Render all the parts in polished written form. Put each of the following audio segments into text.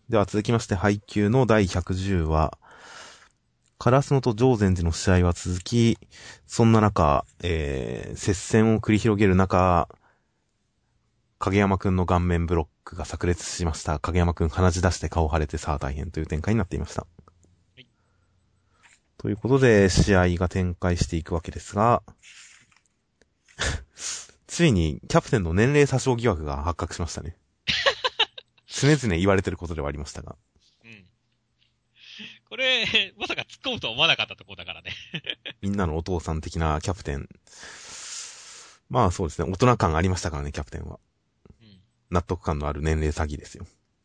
では続きまして、配給の第110話、烏野と定禅寺の試合は続き、そんな中、接戦を繰り広げる中、影山くんの顔面ブロックが炸裂しました。影山くん鼻血出して顔腫れてさあ大変という展開になっていました。はい、ということで、試合が展開していくわけですが、ついにキャプテンの年齢詐称疑惑が発覚しましたね。常々言われてることではありましたが。 うん。これ、まさか突っ込むとは思わなかったところだからね。 みんなのお父さん的なキャプテン。まあそうですね、大人感ありましたからね、キャプテンは。うん、納得感のある年齢詐欺ですよ。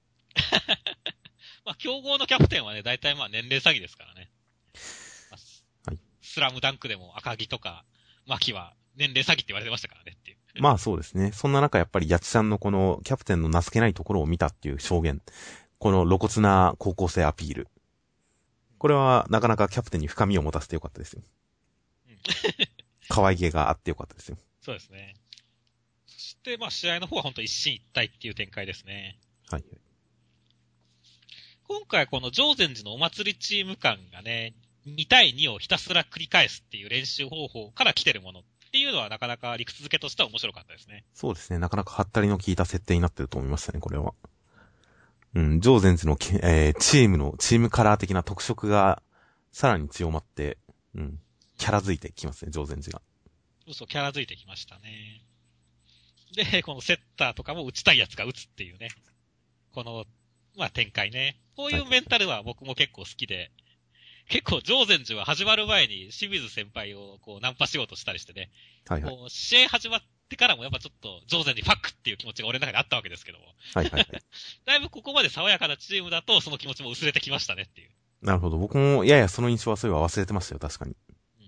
まあ、競合のキャプテンはね、大体まあ年齢詐欺ですからね。はい。スラムダンクでも赤木とか、マキは年齢詐欺って言われてましたからねっていう。 まあそうですね。そんな中やっぱりヤチちゃんのこのキャプテンの情けないところを見たっていう証言。この露骨な高校生アピール。これはなかなかキャプテンに深みを持たせてよかったですよ。うん、可愛げがあってよかったですよ。 そうですね。そしてまあ試合の方は本当一進一退っていう展開ですね。はい。今回この定禅寺のお祭りチーム間がね、2対2をひたすら繰り返すっていう練習方法から来てるものっていうのはなかなか理屈付けとしては面白かったですね。 そうですね。なかなかハッタリの効いた設定になってると思いましたね、これは。うん、定禅寺の、チームカラー的な特色がさらに強まって、うん、キャラ付いてきますね、定禅寺が。 そう、キャラ付いてきましたね。で、このセッターとかも打ちたいやつが打つっていうね。この、まあ展開ね。こういうメンタルは僕も結構好きで、結構定禅寺は始まる前に清水先輩をこうナンパしようとしたりしてね。はいはい。こう試合始まってからもやっぱちょっと定禅寺ファックっていう気持ちが俺の中にあったわけですけども。はいはいはい。だいぶここまで爽やかなチームだとその気持ちも薄れてきましたねっていう。 なるほど。僕もややその印象はそういえば忘れてましたよ、確かに。うん、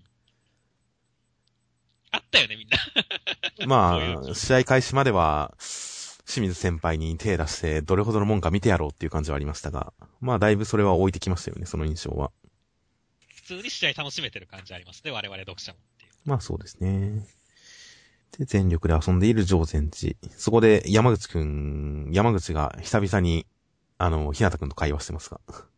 あったよね、みんな。 まあ、試合開始までは、清水先輩に手出してどれほどのもんか見てやろうっていう感じはありましたが、まあだいぶそれは置いてきましたよね、その印象は。 普通に試合楽しめてる感じありますね、我々読者もっていう。 まあそうですね。で、全力で遊んでいる定禅寺。そこで山口が久々に、ひなたくんと会話してますが。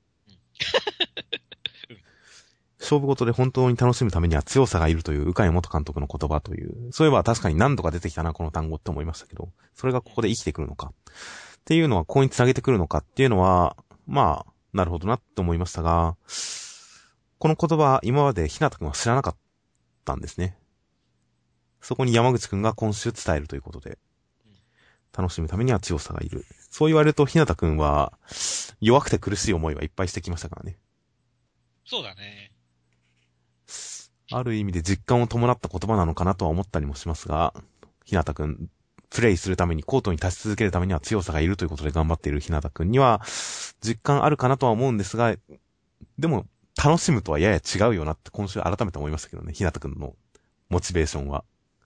勝負事で本当に楽しむためには強さがいるという、鵜飼元監督の言葉という、そういえば確かに何度か出てきたな、この単語って思いましたけど、それがここで生きてくるのか。っていうのは、ここに繋げてくるのかっていうのは、まあ、なるほどなって思いましたが、この言葉、今までひなたくんは知らなかったんですね。そこに山口くんが今週伝えるということで、楽しむためには強さがいる。そう言われると、ひなたくんは、弱くて苦しい思いはいっぱいしてきましたからね。 そうだね。 ある意味で実感を伴った言葉なのかなとは思ったりもしますが、ひなたくん、プレイするために、コートに立ち続けるためには強さがいるということで頑張っているひなたくんには、実感あるかなとは思うんですが、でも、楽しむとはやや違うよなって今週改めて思いましたけどね、ひなたくんのモチベーションは。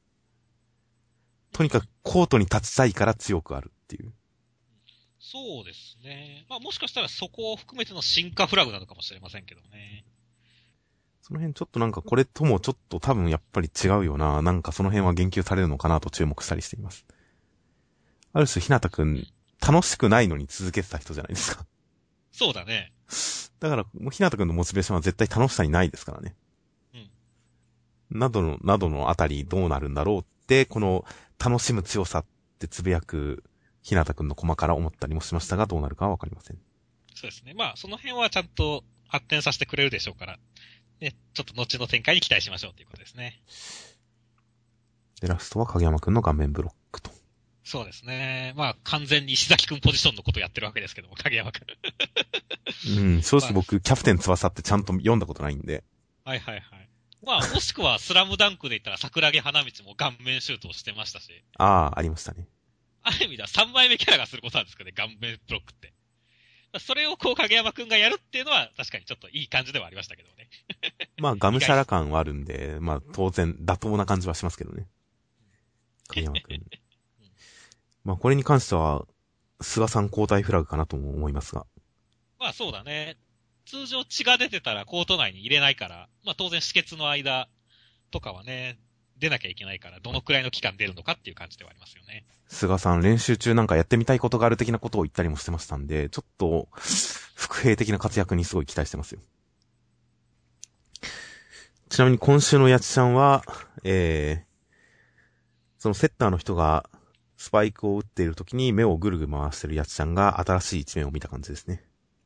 とにかくコートに立ちたいから強くあるっていう。 そうですね。まあもしかしたらそこを含めての進化フラグなのかもしれませんけどね。 その辺ちょっとなんかこれともちょっと多分やっぱり違うよな。なんかその辺は言及されるのかなと注目したりしています。ある種ひなたくん、楽しくないのに続けてた人じゃないですか。 そうだね。 だから、ひなたくんのモチベーションは絶対楽しさにないですからね。うん。などのあたりどうなるんだろうって、この楽しむ強さってつぶやくひなたくんのコマから思ったりもしましたが、どうなるかはわかりません。 そうですね。まあその辺はちゃんと発展させてくれるでしょうから。ね、ちょっと後の展開に期待しましょうということですね。 で、ラストは影山くんの顔面ブロックと。 そうですね。まあ完全に石崎くんポジションのことをやってるわけですけども、影山くん。 うん、正直僕、キャプテン翼ってちゃんと読んだことないんで。 はいはいはい。まあもしくはスラムダンクで言ったら桜木花道も顔面シュートをしてましたし。 ああ、ありましたね。 ある意味では3枚目キャラがすることなんですけどね、顔面ブロックって。それをこう影山くんがやるっていうのは確かにちょっといい感じではありましたけどね。 まあ、ガムシャラ感はあるんで、まあ当然妥当な感じはしますけどね。影山くん。まあこれに関しては、菅さん交代フラグかなとも思いますが。 まあそうだね。通常血が出てたらコート内に入れないから、まあ当然止血の間とかはね、 出なきゃいけないから、どのくらいの期間出るのかっていう感じではありますよね。 菅さん練習中なんかやってみたいことがある的なことを言ったりもしてましたんで、ちょっと、副兵的な活躍にすごい期待してますよ。ちなみに今週のやちちゃんは、そのセッターの人がスパイクを打っている時に目をぐるぐる回してるやちちゃんが新しい一面を見た感じですね。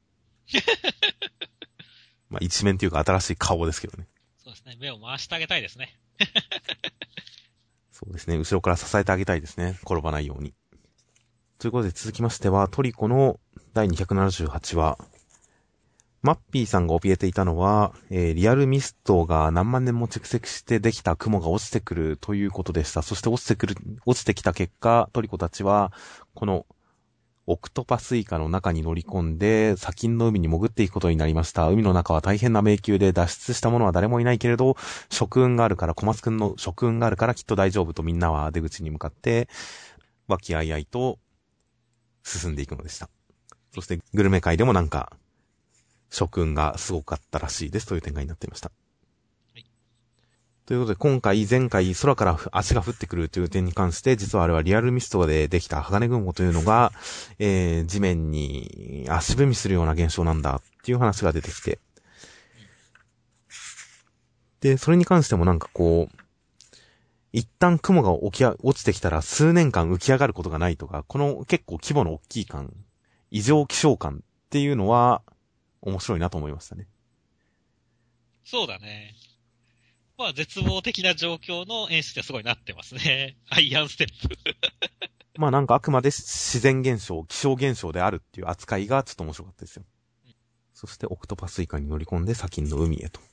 まあ一面っていうか新しい顔ですけどね。 そうですね。目を回してあげたいですね。 そうですね。後ろから支えてあげたいですね。転ばないように。ということで続きましては、トリコの第278話。マッピーさんが怯えていたのは、リアルミストが何万年も蓄積してできた雲が落ちてくるということでした。そして落ちてきた結果、トリコたちは、この、オクトパスイカの中に乗り込んで、砂金の海に潜っていくことになりました。海の中は大変な迷宮で脱出した者は誰もいないけれど、職運があるから、小松くんの職運があるからきっと大丈夫とみんなは出口に向かって、和気あいあいと進んでいくのでした。そしてグルメ界でもなんか、職運がすごかったらしいですという展開になっていました。はい、ということで前回空から足が降ってくるという点に関して、実はあれはリアルミストでできた鋼雲というのが、地面に足踏みするような現象なんだっていう話が出てきて、で、それに関してもなんかこう、一旦雲が落ちてきたら数年間浮き上がることがないとか、この結構規模の大きい感、異常気象感っていうのは面白いなと思いましたね。 そうだね。まあ絶望的な状況の演出ってすごいなってますね。アイアンステップ。 まあなんかあくまで自然現象、気象現象であるっていう扱いがちょっと面白かったですよ。そしてオクトパスイカに乗り込んで砂金の海へと。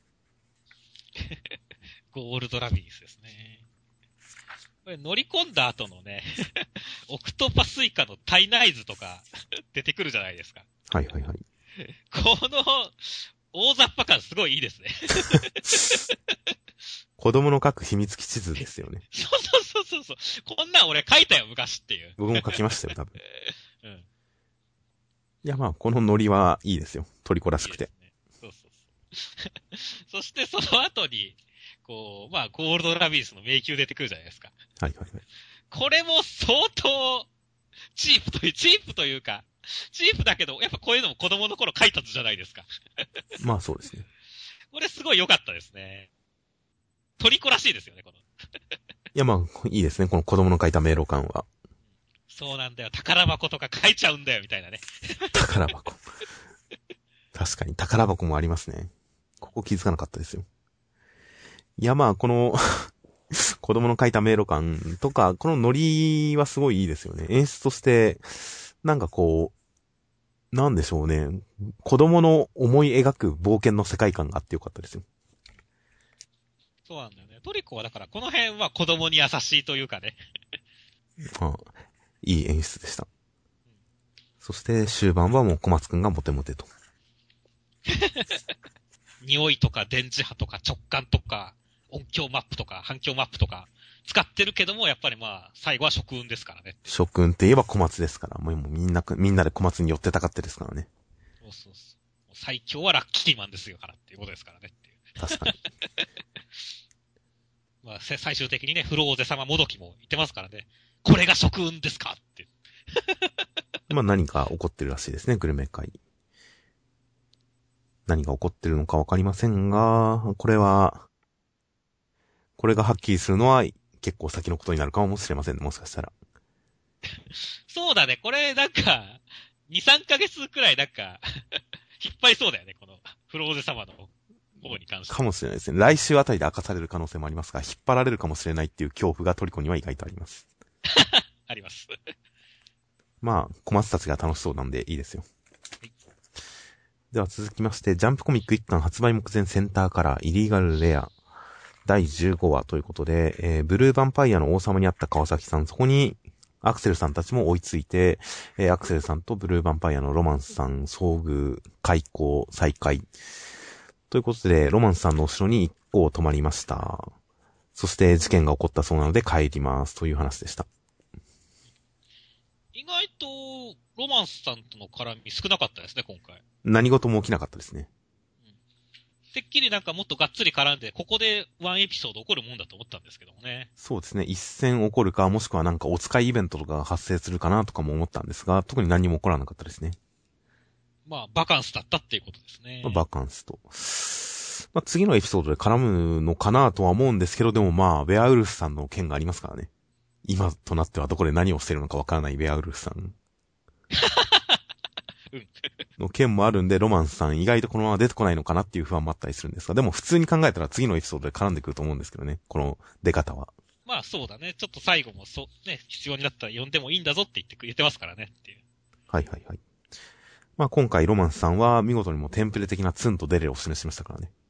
ゴールドラビリスですね。これ乗り込んだ後のね、オクトパスイカの体内図とか出てくるじゃないですか。 はいはいはい。 この大雑把感すごいいいですね。 子供の書く秘密基地図ですよね。 そう。こんなん俺書いたよ、昔っていう。 僕も書きましたよ、多分。 うん。 いやまあ、このノリはいいですよ。トリコらしくて。 いいそう。そしてその後に、こう、まあ、ゴールドラビリスの迷宮出てくるじゃないですか。 はいはいはい。 これも相当、チープというか、チープだけど、やっぱこういうのも子供の頃書いた図じゃないですか。 まあそうですね。 これすごい良かったですね。トリコらしいですよね、この。 いやまあ、いいですね。この子供の書いた迷路感は。 そうなんだよ。宝箱とか書いちゃうんだよ、みたいなね。 宝箱。確かに宝箱もありますね。ここ気づかなかったですよ。いやまあ、この子供の書いた迷路感とか、このノリはすごいいいですよね。演出として、なんかこう、なんでしょうね。子供の思い描く冒険の世界観があってよかったですよ。 そうなんだよね。トリコはだからこの辺は子供に優しいというかね。 ああ、いい演出でした。そして終盤はもう小松くんがモテモテと。 匂いとか電磁波とか直感とか音響マップとか反響マップとか使ってるけども、やっぱりまあ、最後は職運ですからね。 職運って言えば小松ですから、もうみんなで小松に寄ってたかってですからね。 そう。最強はラッキーマンですよからっていうことですからねっていう。 確かに。 まあ、最終的にね、フローゼ様もどきも言ってますからね。これが職運ですかって。 まあ何か起こってるらしいですね、グルメ会。何が起こってるのかわかりませんが、これがはっきりするのは結構先のことになるかもしれませんね、もしかしたら。 そうだね、これなんか、2、3ヶ月くらいなんか、引っ張りそうだよね、この、フローゼ様の方に関して。 かもしれないですね。来週あたりで明かされる可能性もありますが、引っ張られるかもしれないっていう恐怖がトリコには意外とあります。 あります。 まあ、小松たちが楽しそうなんでいいですよ。はい、では続きまして、ジャンプコミック1巻発売目前センターカラーイリーガルレア第15話ということで、ブルーヴァンパイアの王様にあった川崎さん、そこにアクセルさんたちも追いついて、アクセルさんとブルーヴァンパイアのロマンスさん遭遇、開口、再開。ということで、ロマンスさんの後ろに一行止まりました。そして事件が起こったそうなので帰りますという話でした。 意外と、ロマンスさんとの絡み少なかったですね、今回。 何事も起きなかったですね。 てっきりなんかもっとがっつり絡んで、ここでワンエピソード起こるもんだと思ったんですけどもね。 そうですね。一戦起こるか、もしくはなんかお使いイベントとかが発生するかなとかも思ったんですが、特に何も起こらなかったですね。 まあ、バカンスだったっていうことですね。 バカンスと。次のエピソードで絡むのかなとは思うんですけど、でもまあ、ベアウルフさんの件がありますからね。今となってはどこで何をしてるのかわからないベアウルフさん。の件もあるんで、ロマンスさん意外とこのまま出てこないのかなっていう不安もあったりするんですが、でも普通に考えたら次のエピソードで絡んでくると思うんですけどね、この出方は。 まあそうだね。ちょっと最後もね、必要になったら呼んでもいいんだぞって言ってますからねっていう。 はいはいはい。まあ今回ロマンスさんは見事にもテンプレ的なツンとデレを示しましたからね。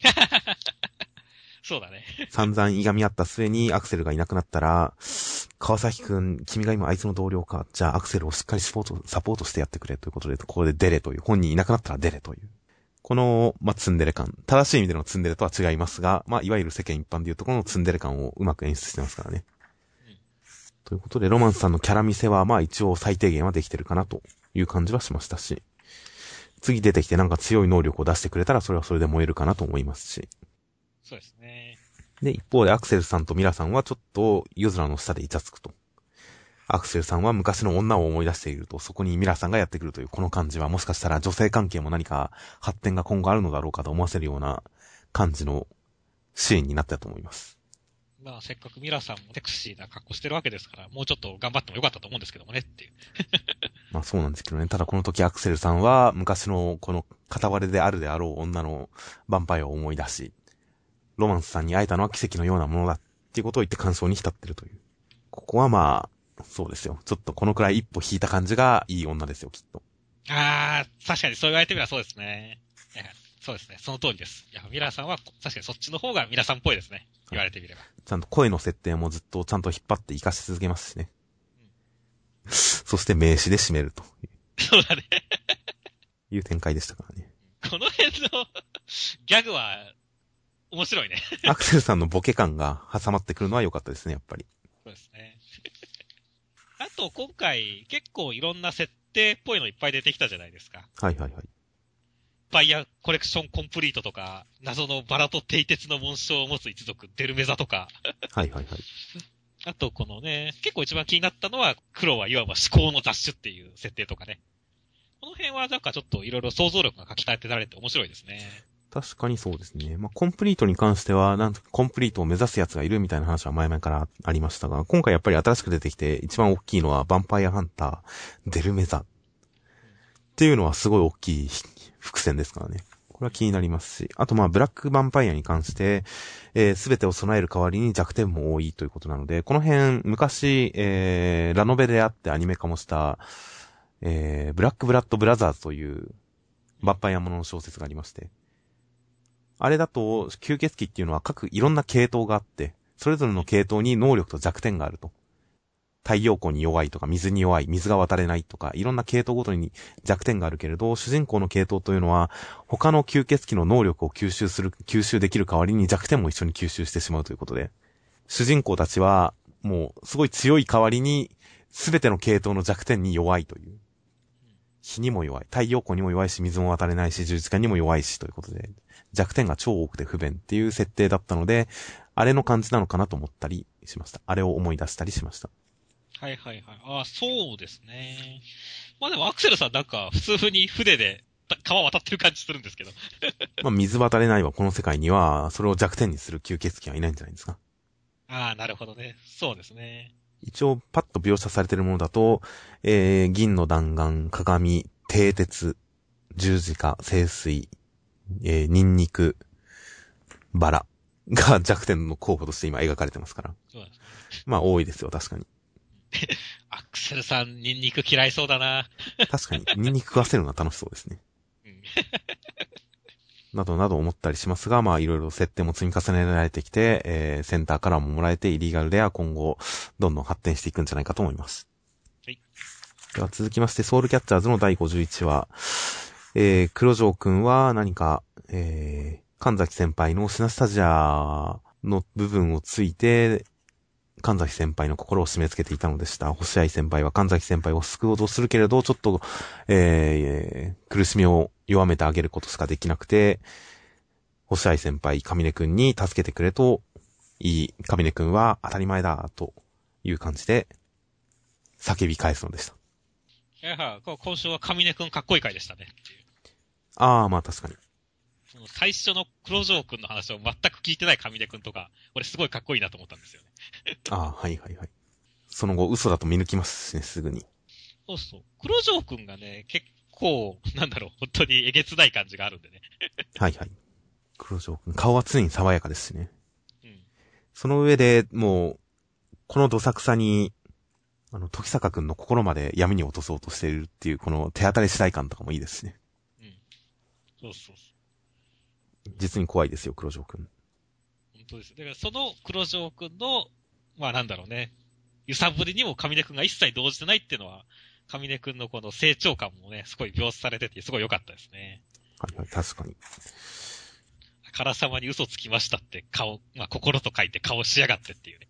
そうだね。 散々いがみ合った末にアクセルがいなくなったら、川崎くん、君が今あいつの同僚か。じゃあアクセルをしっかりサポートしてやってくれということで、ここでデレという、本人いなくなったらデレという。この、ツンデレ感。正しい意味でのツンデレとは違いますが、いわゆる世間一般でいうところのツンデレ感をうまく演出してますからね。ということで、ロマンスさんのキャラ見せは、一応最低限はできてるかなという感じはしましたし、次出てきてなんか強い能力を出してくれたら、それはそれで燃えるかなと思いますし。 そうですね。 で、一方でアクセルさんとミラさんはちょっと夜空の下でイチャつくと。アクセルさんは昔の女を思い出していると、そこにミラさんがやってくるというこの感じは、もしかしたら女性関係も何か発展が今後あるのだろうかと思わせるような感じのシーンになったと思います。 まあせっかくミラさんもセクシーな格好してるわけですから、もうちょっと頑張ってもよかったと思うんですけどもねっていう。 まあそうなんですけどね。ただこの時アクセルさんは昔のこの片割れであるであろう女のヴァンパイアを思い出し、ロマンスさんに会えたのは奇跡のようなものだっていうことを言って感想に浸ってるという。ここはまあ、そうですよ。ちょっとこのくらい一歩引いた感じがいい女ですよ、きっと。 あー、確かにそう言われてみればそうですね。そうですね。その通りです。いや、ミラさんは確かにそっちの方がミラさんっぽいですね。言われてみれば。 ちゃんと声の設定もずっとちゃんと引っ張って活かし続けますしね。そして名詞で締めると。 そうだね。 いう展開でしたからね。 この辺のギャグは面白いね。 アクセルさんのボケ感が挟まってくるのは良かったですね、やっぱり。 そうですね。あと今回結構いろんな設定っぽいのいっぱい出てきたじゃないですか。 はいはいはい。 ファイヤーコレクションコンプリートとか、謎のバラと蹄鉄の紋章を持つ一族デルメザとか。 はいはいはい。 あとこのね、結構一番気になったのは、黒はいわば思考の雑種っていう設定とかね。この辺はなんかちょっといろいろ想像力が書き換えてられて面白いですね。 確かにそうですね。コンプリートに関しては、コンプリートを目指す奴がいるみたいな話は前々からありましたが、今回やっぱり新しく出てきて一番大きいのはヴァンパイアハンター、デルメザ。っていうのはすごい大きい伏線ですからね。これは気になりますし。あとブラックヴァンパイアに関して、すべてを備える代わりに弱点も多いということなので、この辺、昔、ラノベであってアニメ化もした、ブラックブラッドブラザーズというヴァンパイアものの小説がありまして、あれだと、吸血鬼っていうのは各いろんな系統があって、それぞれの系統に能力と弱点があると。太陽光に弱いとか、水に弱い、水が渡れないとか、いろんな系統ごとに弱点があるけれど、主人公の系統というのは、他の吸血鬼の能力を吸収できる代わりに弱点も一緒に吸収してしまうということで、主人公たちは、もう、すごい強い代わりに、すべての系統の弱点に弱いという。火にも弱い。太陽光にも弱いし、水も渡れないし、十字架にも弱いし、ということで、弱点が超多くて不便っていう設定だったので、あれの感じなのかなと思ったりしました。あれを思い出したりしました。 はいはいはい。ああ、そうですね。でもアクセルさんなんか普通に船で川渡ってる感じするんですけど。 水渡れないはこの世界には、それを弱点にする吸血鬼はいないんじゃないですか。 ああ、なるほどね。そうですね。 一応パッと描写されているものだと、銀の弾丸、鏡、蹄鉄、十字架、聖水、ニンニク、バラが弱点の候補として今描かれてますから。 そうですね。 多いですよ、確かに。 アクセルさん、ニンニク嫌いそうだな。 確かに、ニンニク食わせるのは楽しそうですね。 うん、 などなど思ったりしますが、いろいろ設定も積み重ねられてきて、センターからももらえて、イリーガルでは今後、どんどん発展していくんじゃないかと思います。 はい。 では続きまして、ソウルキャッチャーズの第51話。黒城くんは何か、神崎先輩のシナスタジアの部分をついて、神崎先輩の心を締め付けていたのでした。星合先輩は神崎先輩を救おうとするけれど、ちょっと、苦しみを弱めてあげることしかできなくて、 星合先輩、上根くんに助けてくれと、上根くんは当たり前だ、という感じで、叫び返すのでした。 いや、今週は上根くんかっこいい回でしたね。っていう。 ああ、まあ確かに。 最初の黒城くんの話を全く聞いてない上根くんとか、俺すごいかっこいいなと思ったんですよね。 ああ、はいはいはい。その後、嘘だと見抜きますしね、すぐに。 そうそう。黒城くんがね、結構、本当にえげつない感じがあるんでね。 はいはい。黒城くん、顔は常に爽やかですしね。 うん。 その上で、もう、このどさくさに、時坂くんの心まで闇に落とそうとしているっていう、この手当たり次第感とかもいいですしね。 うん。そうそうそう。 実に怖いですよ、黒城くん。 本当です。だからその黒城くんの、揺さぶりにも上根くんが一切動じてないっていうのは、上根くんのこの成長感もね、すごい描写されてて、すごい良かったですね。 はいはい、確かに。 あからさまに嘘つきましたって心と書いて顔しやがってっていうね。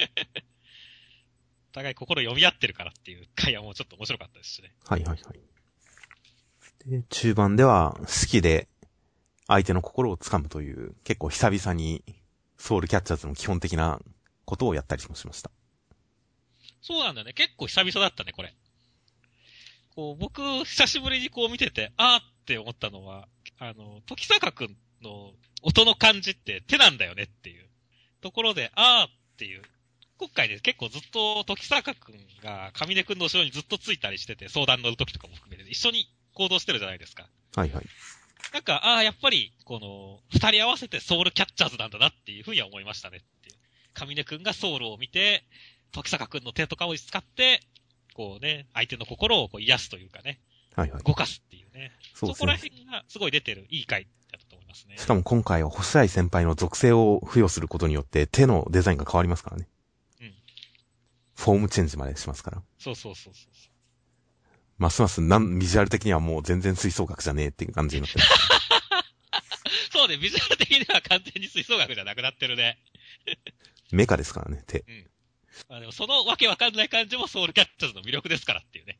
お互い心読み合ってるからっていう会話もちょっと面白かったですしね。 はいはいはい。で、中盤では好きで相手の心をつかむという結構久々にソウルキャッチャーズの基本的なことをやったりもしました。 そうなんだね。結構久々だったね、これ。僕、久しぶりに見てて、あーって思ったのは、時坂くんの音の感じって手なんだよねっていうところで、あーっていう。今回で結構ずっと時坂くんが上根くんの後ろにずっとついたりしてて、相談乗る時とかも含めて、一緒に行動してるじゃないですか。 はいはい。 やっぱり、二人合わせてソウルキャッチャーズなんだなっていうふうには思いましたねっていう。上根くんがソウルを見て、時坂くんの手とかを使って、相手の心を癒すというかね。 はいはい。 動かすっていうね。 そうですね。 そこら辺がすごい出てるいい回だったと思いますね。 しかも今回は星合先輩の属性を付与することによって手のデザインが変わりますからね。 うん。 フォームチェンジまでしますから。 そうそうそうそう。 ますますビジュアル的にはもう全然吹奏楽じゃねえっていう感じになってます。 そうね、ビジュアル的には完全に吹奏楽じゃなくなってるね。 メカですからね、手。 うん。でもそのわけわかんない感じもソウルキャッチャーズの魅力ですからっていうね。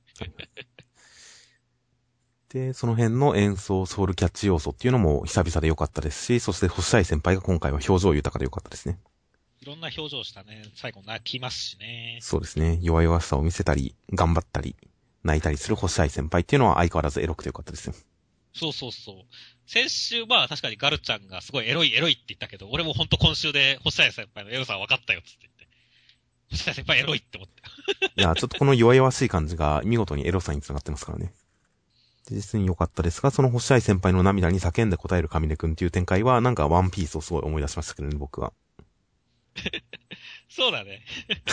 で、その辺の演奏、ソウルキャッチ要素っていうのも久々で良かったですし、そして星合先輩が今回は表情豊かで良かったですね。 いろんな表情したね。最後泣きますしね。 そうですね。弱々しさを見せたり、頑張ったり、泣いたりする星合先輩っていうのは相変わらずエロくて良かったですよ。 そうそうそう。先週確かにガルちゃんがすごいエロいって言ったけど、俺もほんと今週で星合先輩のエロさ分かったよって言って。星合先輩エロいって思った。 いや、ちょっとこの弱々しい感じが見事にエロさにつながってますからね。で実に良かったですが、その星合先輩の涙に叫んで答える上根くんっていう展開は、なんかワンピースをすごい思い出しましたけどね、僕は。 そうだね。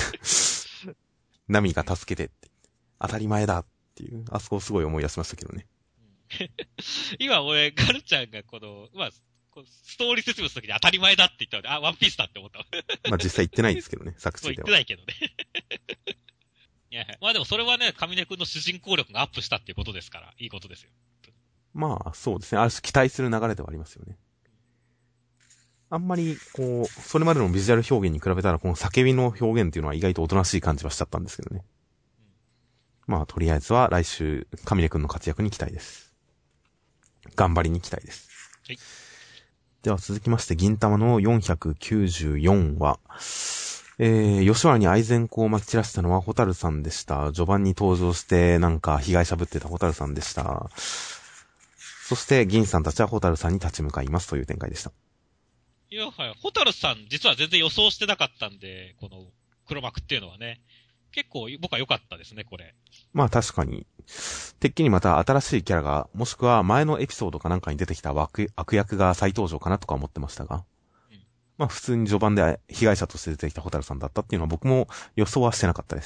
ナミが助けてって。当たり前だっていう、あそこをすごい思い出しましたけどね。 今俺、ガルちゃんがストーリー説明するときに当たり前だって言ったので、ワンピースだって思った。 まあ実際言ってないですけどね、作中では。 言ってないけどね。いや、でもそれはね、上根くんの主人公力がアップしたっていうことですから、いいことですよ。 まあそうですね、ある種期待する流れではありますよね。あんまり、それまでのビジュアル表現に比べたら、この叫びの表現っていうのは意外とおとなしい感じはしちゃったんですけどね。まあ、とりあえずは来週、上根くんの活躍に期待です。頑張りに期待です。 はい。 では続きまして、銀玉の494話。吉原に愛善香を撒き散らしたのはホタルさんでした。序盤に登場して、なんか被害者ぶってたホタルさんでした。そして、銀さんたちはホタルさんに立ち向かいますという展開でした。 いや、はい。ホタルさん、実は全然予想してなかったんで、この黒幕っていうのはね、結構僕は良かったですね、これ。 まあ確かに、てっきりまた新しいキャラが、もしくは前のエピソードかなんかに出てきた悪役が再登場かなとか思ってましたが、まあ普通に序盤で被害者として出てきたホタルさんだったっていうのは僕も予想はしてなかったです。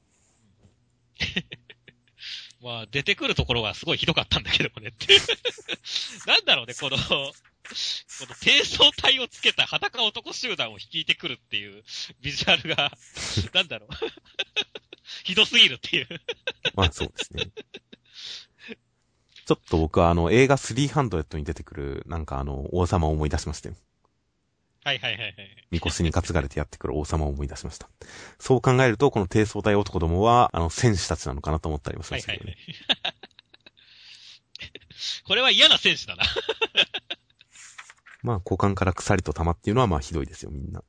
まあ出てくるところがすごいひどかったんだけどもねっていう。なんだろうね、この低層体をつけた裸男集団を率いてくるっていうビジュアルが、なんだろう。ひどすぎるっていう。 まあそうですね。ちょっと僕は映画300に出てくる、なんか王様を思い出しましたよ。 はいはいはいはい。 みこしに担がれてやってくる王様を思い出しました。そう考えると、この低層体男どもは、戦士たちなのかなと思ったりもしましたけどね。 はいはいはい。これは嫌な戦士だな。 まあ、股間から鎖と玉っていうのはまあひどいですよ、みんな。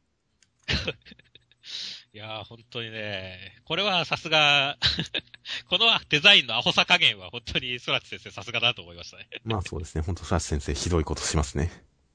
いやー、本当にね、これはさすが、このデザインのアホさ加減は本当に空知先生さすがだと思いましたね。 まあそうですね、ほんと、サシ先生ひどいことしますね。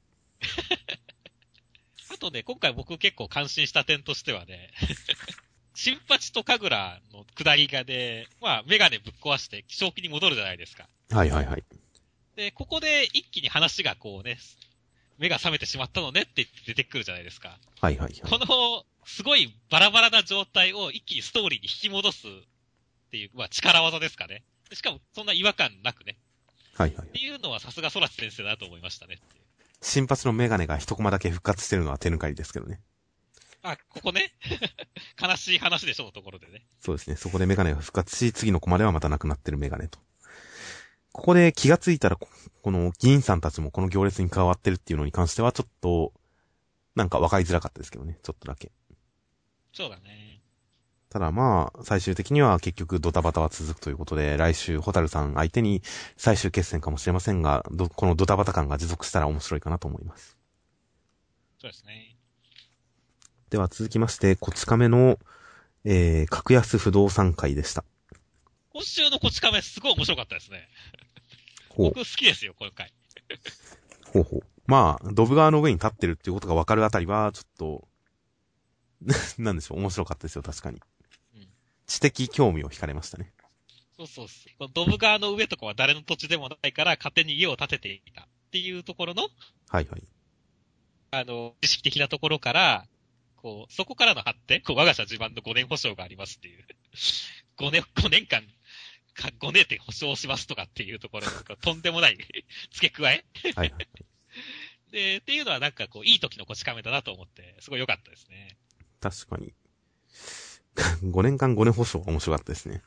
あとね、今回僕結構感心した点としてはね、新八と神楽の下りがで、まあ、メガネぶっ壊して、正気に戻るじゃないですか。 はいはいはい。 で、ここで一気に話がこうね、目が覚めてしまったのねって言って出てくるじゃないですか。 はいはいはい。 この、すごいバラバラな状態を一気にストーリーに引き戻すっていう、まあ力技ですかね。しかもそんな違和感なくね。 はいはい。 っていうのはさすが空知先生だと思いましたねっていう。 新髪のメガネが一コマだけ復活してるのは手抜かりですけどね。 あ、ここね。悲しい話でしょのところでね。 そうですね。そこでメガネが復活し、次のコマではまたなくなってるメガネと。ここで気がついたら、この議員さんたちもこの行列に加わってるっていうのに関してはちょっと、なんか分かりづらかったですけどね。ちょっとだけ。 そうだね。 ただまあ、最終的には結局ドタバタは続くということで、来週ホタルさん相手に最終決戦かもしれませんが、このドタバタ感が持続したら面白いかなと思います。 そうですね。 では続きまして、こち亀の、格安不動産会でした。 今週のこち亀すごい面白かったですね。 ほう。 僕好きですよ、この回。 ほうほう。まあ、ドブ川の上に立ってるっていうことが分かるあたりは、ちょっと、なんでしょう、面白かったですよ、確かに。 うん、 知的興味を惹かれましたね。 そうそうそう。このドブ川の上とかは誰の土地でもないから勝手に家を建てていたっていうところの、 はいはい。 知識的なところから、こう、そこからの発展、こう、我が社自慢の5年保証がありますっていう。5年間、5年で保証しますとかっていうところの、とんでもない付け加えはいはい。 で、っていうのはなんかこう、いい時のこち亀だなと思って、すごい良かったですね。 確かに。5年間5年保証面白かったですね。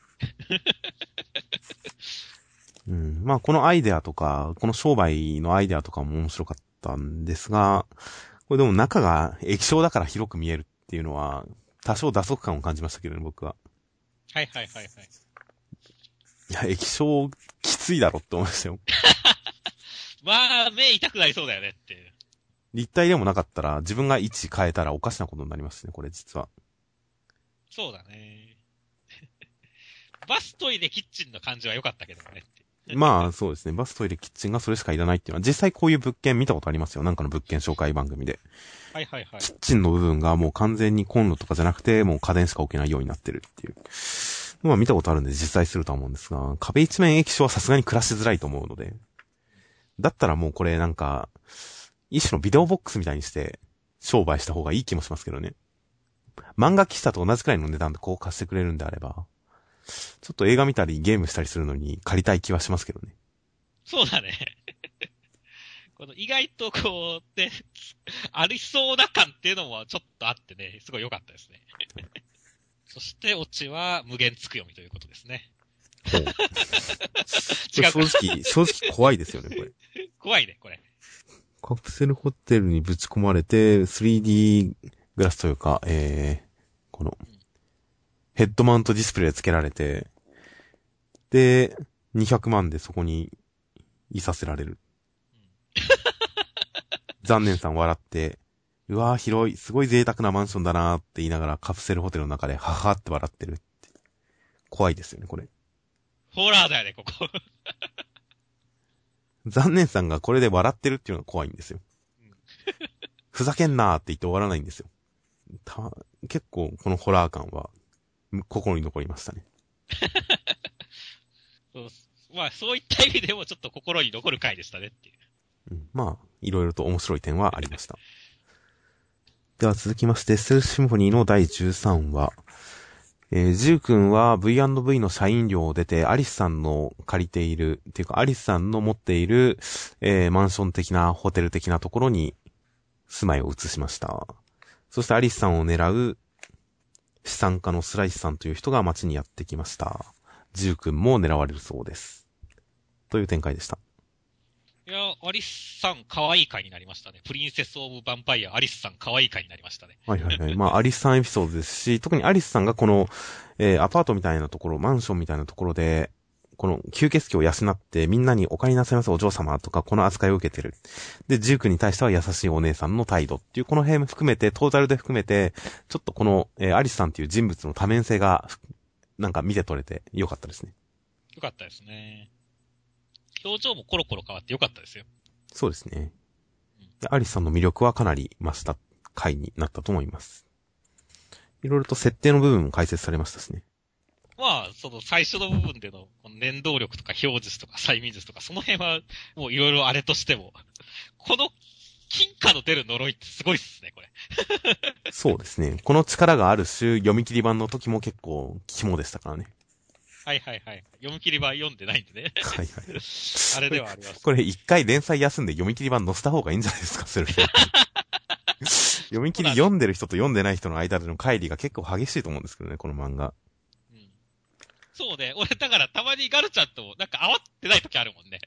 うん。まあ、このアイデアとか、この商売のアイデアとかも面白かったんですが、これでも中が液晶だから広く見えるっていうのは、多少打足感を感じましたけどね、僕は。 はいはいはいはい。 いや、液晶きついだろって思いましたよ。 まあ、目痛くなりそうだよねっていう。 立体でもなかったら、自分が位置変えたらおかしなことになりますね、これ実は。 そうだね。バストイレキッチンの感じは良かったけどねって。 まあ、そうですね。バストイレキッチンがそれしかいらないっていうのは、実際こういう物件見たことありますよ。なんかの物件紹介番組で。 はいはいはい。 キッチンの部分がもう完全にコンロとかじゃなくて、もう家電しか置けないようになってるっていう。まあ見たことあるんで実際するとは思うんですが、壁一面液晶はさすがに暮らしづらいと思うので。だったらもうこれなんか、一種のビデオボックスみたいにして商売した方がいい気もしますけどね。漫画喫茶と同じくらいの値段でこう貸してくれるんであれば、ちょっと映画見たりゲームしたりするのに借りたい気はしますけどね。 そうだね。この意外とこう、ね、ありそうな感っていうのもちょっとあってね、すごい良かったですね。そしてオチは無限つく読みということですね。 ほう。 違うか。 正直怖いですよね、これ。 怖いね、これ。 カプセルホテルにぶち込まれて、3D グラスというか、この、ヘッドマウントディスプレイつけられて、で、200万でそこにいさせられる。残念さん笑って、うわー広い、すごい贅沢なマンションだなーって言いながらカプセルホテルの中でははーって笑ってるって。怖いですよね、これ。 ホラーだよね、ここ。 残念さんがこれで笑ってるっていうのが怖いんですよ。ふざけんなーって言って終わらないんですよ。結構このホラー感は心に残りましたね。 そうまあ、そういった意味でもちょっと心に残る回でしたねっていう。 うん、まあ、いろいろと面白い点はありました。では続きまして、ステルスシンフォニーの第13話。ジュー君は V&V の社員寮を出て、アリスさんの借りている、っていうかアリスさんの持っている、マンション的な、ホテル的なところに住まいを移しました。そしてアリスさんを狙う資産家のスライスさんという人が街にやってきました。ジュー君も狙われるそうです。という展開でした。 いや、アリスさん可愛い回になりましたね。プリンセスオブヴァンパイア、アリスさん可愛い回になりましたね。 はいはいはい。まあ、アリスさんエピソードですし、特にアリスさんがこの、アパートみたいなところ、マンションみたいなところで、 この吸血鬼を養ってみんなにお帰りなさいませお嬢様とかこの扱いを受けてる。で、ジュークに対しては優しいお姉さんの態度っていうこの辺も含めて、トータルで含めて、ちょっとこの、アリスさんっていう人物の多面性が、なんか見て取れてよかったですね。 よかったですね。表情もコロコロ変わってよかったですよ。 そうですね。アリスさんの魅力はかなり増した回になったと思います。いろいろと設定の部分も解説されましたしね。 まあ、その最初の部分での念動力とか表術とか催眠術とか、その辺はもういろいろあれとしても、この金貨の出る呪いってすごいっすね、これ。 そうですね。この力がある種、読み切り版の時も結構肝でしたからね。 はいはいはい。読み切り版読んでないんでね。 はいはい。 あれではあります。 これ一回連載休んで読み切り版載せた方がいいんじゃないですか、それ。読み切り読んでる人と読んでない人の間での乖離が結構激しいと思うんですけどね、この漫画。 そうね。俺、だからたまにガルちゃんとなんか合わってない時あるもんね。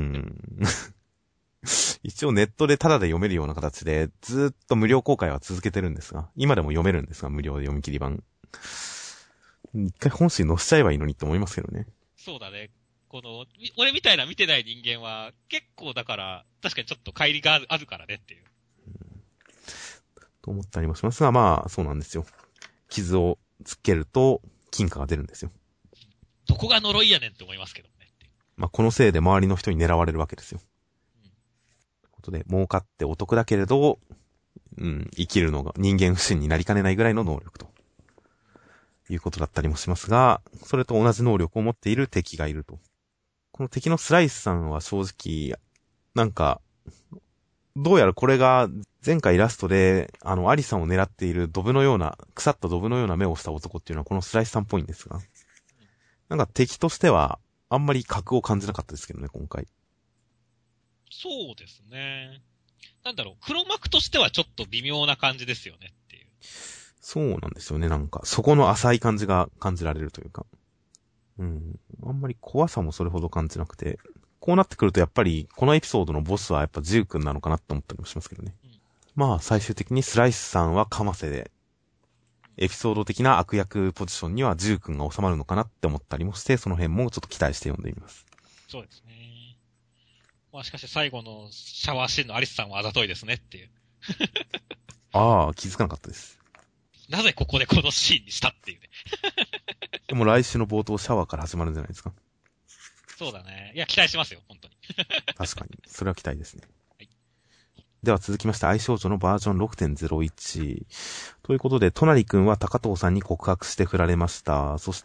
一応ネットでタダで読めるような形で、ずーっと無料公開は続けてるんですが、今でも読めるんですが、無料で読み切り版。一回本誌載せちゃえばいいのにって思いますけどね。 そうだね。この、俺みたいな見てない人間は、結構だから、確かにちょっと乖離があるからねっていう。 と思ったりもしますが、まあ、そうなんですよ。傷をつけると、金貨が出るんですよ。 どこが呪いやねんって思いますけどね。 まあ、このせいで周りの人に狙われるわけですよ。ということで、儲かってお得だけれど、生きるのが人間不信になりかねないぐらいの能力と。いうことだったりもしますが、それと同じ能力を持っている敵がいると。この敵のスライスさんは正直、なんか、どうやらこれが前回ラストで、アリさんを狙っているドブのような、腐ったドブのような目をした男っていうのはこのスライスさんっぽいんですが、なんか敵としては、あんまり格を感じなかったですけどね、今回。 そうですね。なんだろう、黒幕としてはちょっと微妙な感じですよねっていう。 そうなんですよね、なんか、そこの浅い感じが感じられるというか。あんまり怖さもそれほど感じなくて、こうなってくるとやっぱり、このエピソードのボスはやっぱジュー君なのかなって思ったりもしますけどね。まあ、最終的にスライスさんはカマセで、エピソード的な悪役ポジションにはジュー君が収まるのかなって思ったりもして、その辺もちょっと期待して読んでみます。 そうですね。まあしかし最後のシャワーシーンのアリスさんはあざといですねっていう。 ああ、気づかなかったです。 なぜここでこのシーンにしたっていうね。 でも来週の冒頭シャワーから始まるんじゃないですか。 そうだね。いや、期待しますよ、本当に。 確かに。それは期待ですね。 はい、 では続きまして、愛少女のバージョン 6.01。ということで、トナリ君は高藤さんに告白して振られました。そして、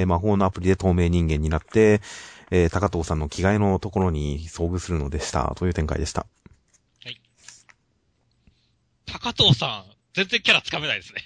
魔法のアプリで透明人間になって、高藤さんの着替えのところに遭遇するのでした。という展開でした。 はい。高藤さん、全然キャラつかめないですね。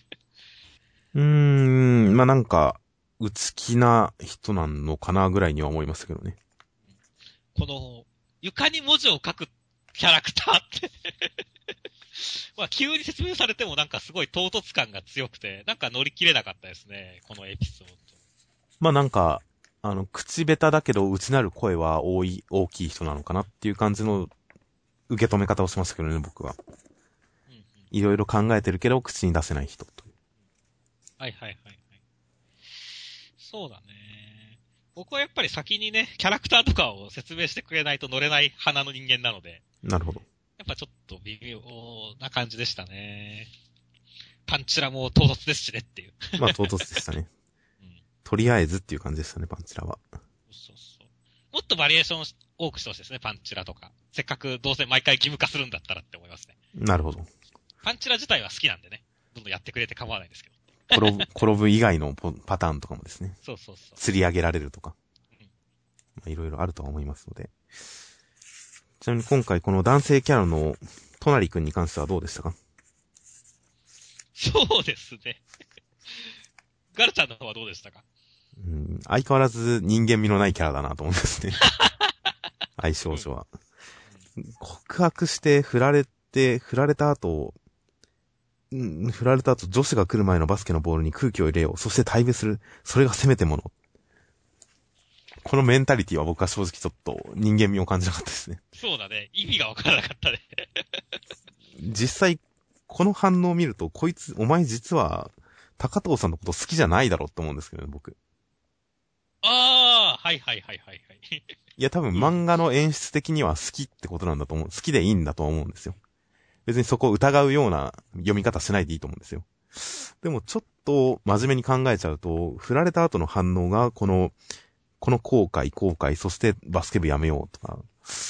まあ、なんか、内気な人なのかなぐらいには思いますけどね。 この、床に文字を書くキャラクターってまあ、急に説明されてもなんかすごい唐突感が強くて、なんか乗り切れなかったですね、このエピソード。 まあ、なんか、口下手だけど内なる声は大きい人なのかなっていう感じの受け止め方をしましたけどね、僕は。いろいろ考えてるけど口に出せない人と。 はいはいはいはい。そうだね。僕はやっぱり先にね、キャラクターとかを説明してくれないと乗れない花の人間なので。 なるほど。 やっぱちょっと微妙な感じでしたね。パンチラも唐突ですしねっていう。 まあ唐突でしたね。とりあえずっていう感じでしたね、パンチラは。 そうそう。もっとバリエーション多くしてほしいですね、パンチラとか。せっかくどうせ毎回義務化するんだったらって思いますね。 なるほど。 パンチラ自体は好きなんでね。どんどんやってくれて構わないですけど。 転ぶ以外のパターンとかもですね。 そうそうそう。 釣り上げられるとか。まあいろいろあるとは思いますので。ちなみに今回この男性キャラのトナリ君に関してはどうでしたか？ そうですね。ガルちゃんの方はどうでしたか？ 相変わらず人間味のないキャラだなと思いますね。愛少女は。告白して振られた後、女子が来る前のバスケのボールに空気を入れよう。そして対比する。それがせめてもの。このメンタリティは僕は正直ちょっと人間味を感じなかったですね。 そうだね。意味がわからなかったね。 実際、この反応を見ると、こいつ、お前実は、高藤さんのこと好きじゃないだろうって思うんですけどね、僕。 ああ、 はいはいはいはいはい。 いや多分漫画の演出的には好きってことなんだと思う。好きでいいんだと思うんですよ。別にそこを疑うような読み方しないでいいと思うんですよ。でもちょっと真面目に考えちゃうと、振られた後の反応がこの後悔、そしてバスケ部やめようとか、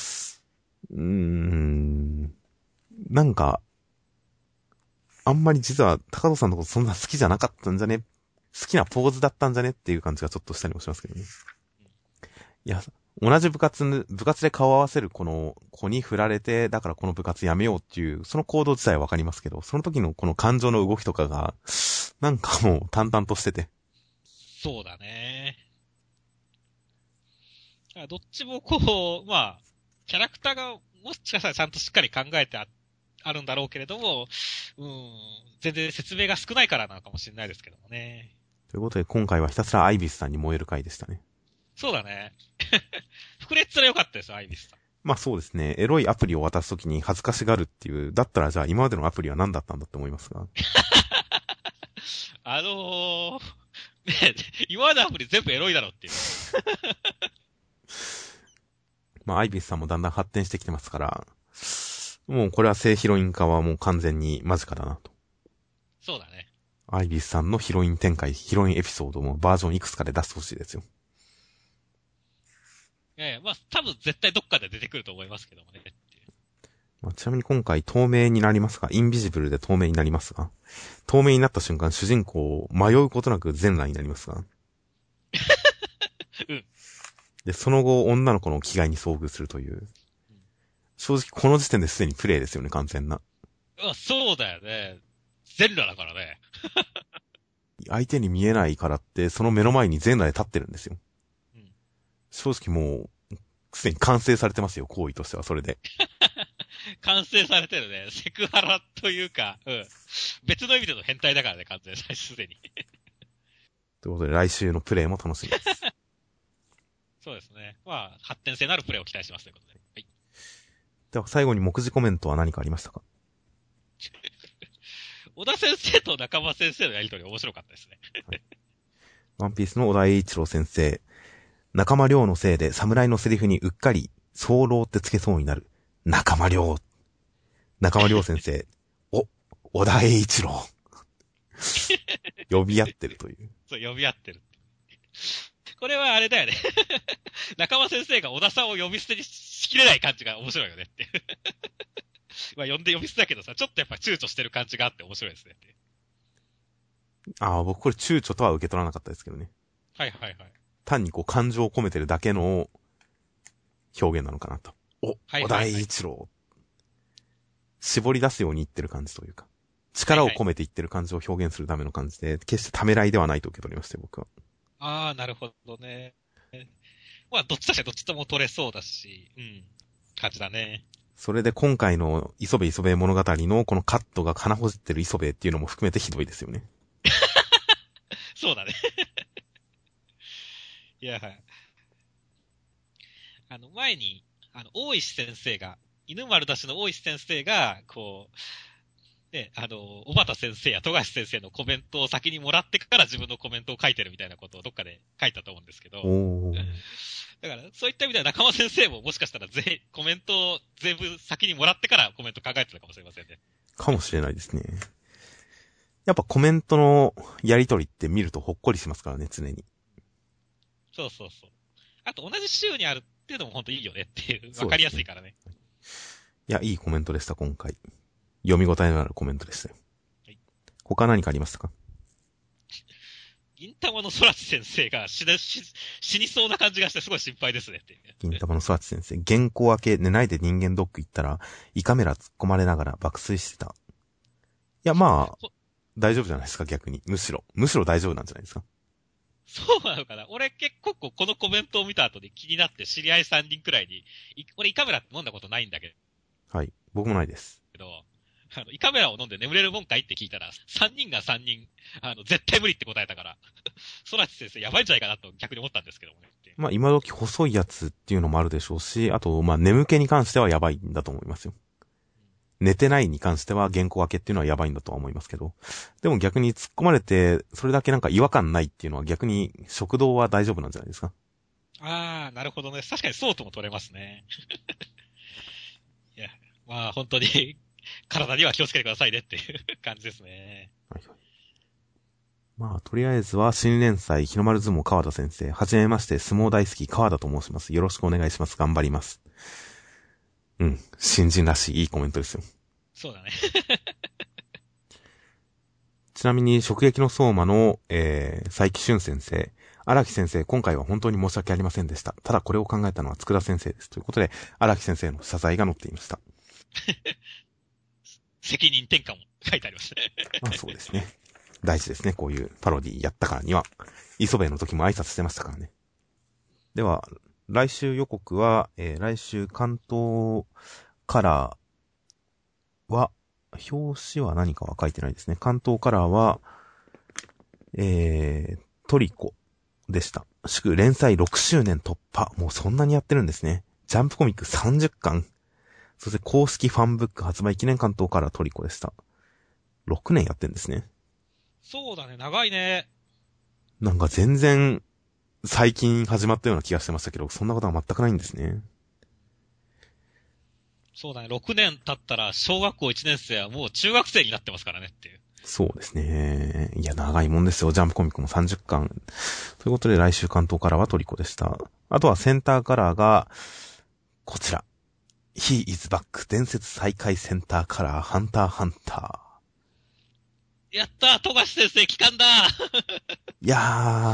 なんか、あんまり実は高藤さんのことそんな好きじゃなかったんじゃね？好きなポーズだったんじゃねっていう感じがちょっとしたりもしますけどね。いや、同じ部活で顔を合わせるこの子に振られて、だからこの部活やめようっていう、その行動自体はわかりますけど、その時のこの感情の動きとかが、なんかもう淡々としてて。 そうだね。どっちもこう、まあ、キャラクターがもしかしたらちゃんとしっかり考えてあるんだろうけれども、全然説明が少ないからなのかもしれないですけどもね。 ということで今回はひたすらアイビスさんに燃える回でしたね。 そうだね。フレッツは良かったですよ、アイビスさん。 まあそうですね。エロいアプリを渡すときに恥ずかしがるっていう、だったらじゃあ今までのアプリは何だったんだって思いますが。 ね、今までのアプリ全部エロいだろっていう。 まあアイビスさんもだんだん発展してきてますから、もうこれは性ヒロイン化はもう完全に間近だなと。 そうだね。 アイビスさんのヒロイン展開、ヒロインエピソードもバージョンいくつかで出してほしいですよ。 まあ多分絶対どっかで出てくると思いますけどもね。 まあ、ちなみに今回透明になりますが、インビジブルで透明になりますが、透明になった瞬間主人公迷うことなく全裸になりますが。 うん。 で、その後女の子の着替えに遭遇するという。正直この時点ですでにプレイですよね、完全な。 そうだよね。全裸だからね。 相手に見えないからって、その目の前に全裸で立ってるんですよ。 うん、 正直もう、すでに完成されてますよ、行為としては、それで。 完成されてるね。セクハラというか、別の意味での変態だからね、完全に、すでに。 ということで、来週のプレイも楽しみです。 そうですね。まあ、発展性のあるプレイを期待しますということで。はい。 では、最後に目次コメントは何かありましたか？ 小田先生と中間先生のやりとり面白かったですね。はい、 ワンピースの小田栄一郎先生。仲間寮のせいで侍のセリフにうっかり、早漏ってつけそうになる。仲間寮先生。小田栄一郎。呼び合ってるという。 そう、呼び合ってる。これはあれだよね。中間先生が小田さんを呼び捨てにしきれない感じが面白いよねって。まあ呼び捨てだけどさ、ちょっとやっぱ躊躇してる感じがあって面白いですね。 僕これ躊躇とは受け取らなかったですけどね。 はいはいはい。 単にこう感情を込めてるだけの表現なのかなと。小田栄一郎。絞り出すように言ってる感じというか。力を込めて言ってる感じを表現するための感じで、決してためらいではないと受け取りましたよ、僕は。 なるほどね。まあ、どっちとも取れそうだし、感じだね。 それで今回の磯部物語のこのカットが金ほじってる磯部っていうのも含めてひどいですよね。 そうだね。いや、はい。前に、大石先生が、犬丸出しの大石先生が、こう、ね、小畑先生や富樫先生のコメントを先にもらってから自分のコメントを書いてるみたいなことをどっかで書いたと思うんですけど。だから、そういった意味では中間先生ももしかしたらコメントを全部先にもらってからコメント考えてたかもしれませんね。 かもしれないですね。やっぱコメントのやりとりって見るとほっこりしますからね、常に。 そうそうそう。あと同じ週にあるっていうのも本当いいよねっていう、わかりやすいからね。 いや、いいコメントでした、今回。読み応えのあるコメントでしたよ。はい、他何かありましたか？ 銀玉の空知先生が死にそうな感じがしてすごい心配ですねって。 銀玉の空知先生、原稿明け寝ないで人間ドック行ったら、胃カメラ突っ込まれながら爆睡してた。いや、まあ、大丈夫じゃないですか、逆に。むしろ大丈夫なんじゃないですか。 そうなのかな。俺結構このコメントを見た後で気になって知り合い3人くらいに、俺胃カメラって飲んだことないんだけど。 はい。僕もないです。 胃カメラを飲んで眠れるもんかいって聞いたら、3人が3人、絶対無理って答えたから、空知先生やばいんじゃないかなと逆に思ったんですけどもね。 まあ今時細いやつっていうのもあるでしょうし、あと、まあ眠気に関してはやばいんだと思いますよ。寝てないに関しては原稿明けっていうのはやばいんだとは思いますけど、でも逆に突っ込まれて、それだけなんか違和感ないっていうのは逆に食道は大丈夫なんじゃないですか。 あー、なるほどね。確かにそうとも取れますね。いや、まあ本当に体には気をつけてくださいねっていう感じですね。 はいはい。まあ、とりあえずは新連載、日の丸相撲川田先生。はじめまして、相撲大好き川田と申します。よろしくお願いします。頑張ります。うん。新人らしいいいコメントですよ。 そうだね。 ちなみに、直撃の相馬の、佐伯俊先生。荒木先生、今回は本当に申し訳ありませんでした。ただこれを考えたのは佃先生です。ということで、荒木先生の謝罪が載っていました。 責任転嫁も書いてありますね。 まあそうですね。大事ですね。こういうパロディやったからには。磯部の時も挨拶してましたからね。では、来週予告は、来週関東カラーは、表紙は何かは書いてないですね。関東カラーは、トリコでした。祝連載6周年突破。もうそんなにやってるんですね。ジャンプコミック30巻。そして公式ファンブック発売記念関東カラートリコでした。6年やってるんですね。 そうだね、長いね。 なんか全然、最近始まったような気がしてましたけど、そんなことは全くないんですね。 そうだね、6年経ったら小学校1年生はもう中学生になってますからねっていう。 そうですね。いや、長いもんですよ。ジャンプコミックも30巻。ということで、来週関東カラーはトリコでした。あとはセンターカラーが、こちら。He is back 伝説再開センターカラー、ハンターハンター。 やったー、富樫先生帰還だいや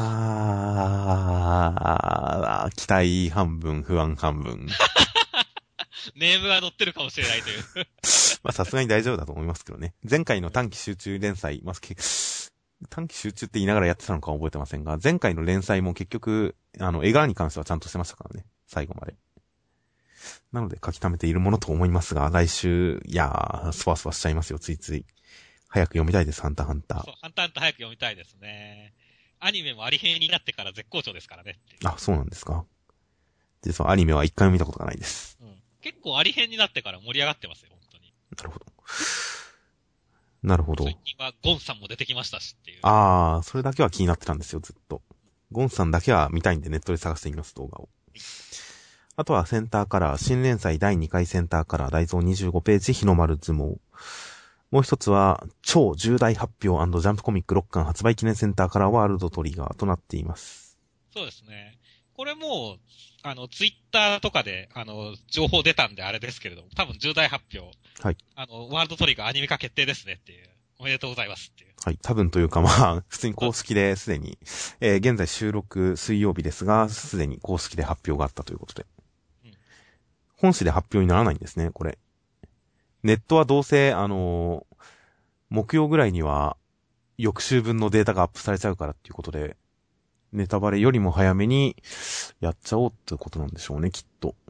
ー、期待半分、不安半分。 ネームが載ってるかもしれないという。 まあ、さすがに大丈夫だと思いますけどね。前回の短期集中連載、短期集中って言いながらやってたのか覚えてませんが、前回の連載も結局、絵柄に関してはちゃんとしてましたからね。最後まで。なので書き溜めているものと思いますが、来週、いやー、スワスワしちゃいますよ、ついつい。早く読みたいです、ハンターハンター。 そう、ハンターハンター早く読みたいですね。アニメもアリ編になってから絶好調ですからねっていう。 あ、そうなんですか。実はアニメは一回も見たことがないです。 うん。結構アリ編になってから盛り上がってますよ、本当に。 なるほど。なるほど。 最近はゴンさんも出てきましたしっていう。 あー、それだけは気になってたんですよ、ずっと。ゴンさんだけは見たいんでネットで探してみます、動画を。あとはセンターカラー、新連載第2回センターカラー、大蔵25ページ、日の丸相撲。もう一つは、超重大発表&ジャンプコミック6巻発売記念センターカラーワールドトリガーとなっています。 そうですね。これも、ツイッターとかで、情報出たんであれですけれども、多分重大発表。 はい。 ワールドトリガーアニメ化決定ですねっていう。おめでとうございますっていう。 はい。多分というかまあ、普通に公式ですでに、現在収録水曜日ですが、すでに公式で発表があったということで。 うん、 本誌で発表にならないんですね、これ。ネットはどうせ、木曜ぐらいには、翌週分のデータがアップされちゃうからっていうことで、ネタバレよりも早めにやっちゃおうってことなんでしょうね、きっと。うん、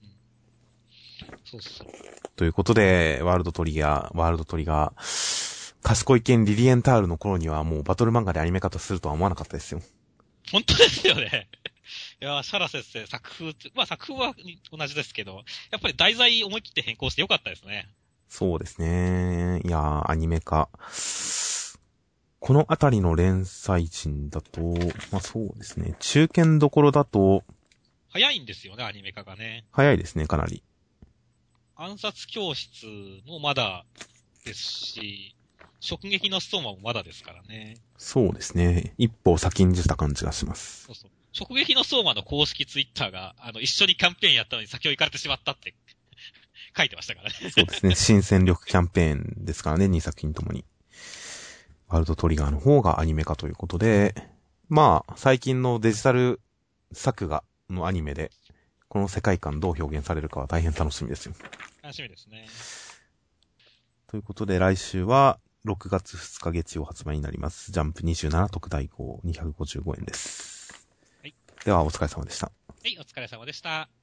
そうそう。 ということで、ワールドトリガー、賢い剣リリエンタールの頃にはもうバトル漫画でアニメ化とするとは思わなかったですよ。 本当ですよね。いや、シャラ先生、作風は同じですけど、やっぱり題材思い切って変更してよかったですね。 そうですね。いやー、アニメ化。このあたりの連載陣だと、まあそうですね。中堅どころだと、 早いんですよね、アニメ化がね。 早いですね、かなり。 暗殺教室もまだですし、直撃のストーマもまだですからね。 そうですね。一歩先んじた感じがします。 そうそう。直撃の相馬の公式ツイッターが、一緒にキャンペーンやったのに先を行かれてしまったって書いてましたからね。 そうですね。新戦力キャンペーンですからね、2作品ともに。ワールドトリガーの方がアニメ化ということで、まあ、最近のデジタル作画のアニメで、この世界観どう表現されるかは大変楽しみですよ。 楽しみですね。 ということで、来週は、6月2日月曜発売になります。ジャンプ27特大号255円です。 はい。 では、お疲れ様でした。 はい、お疲れ様でした。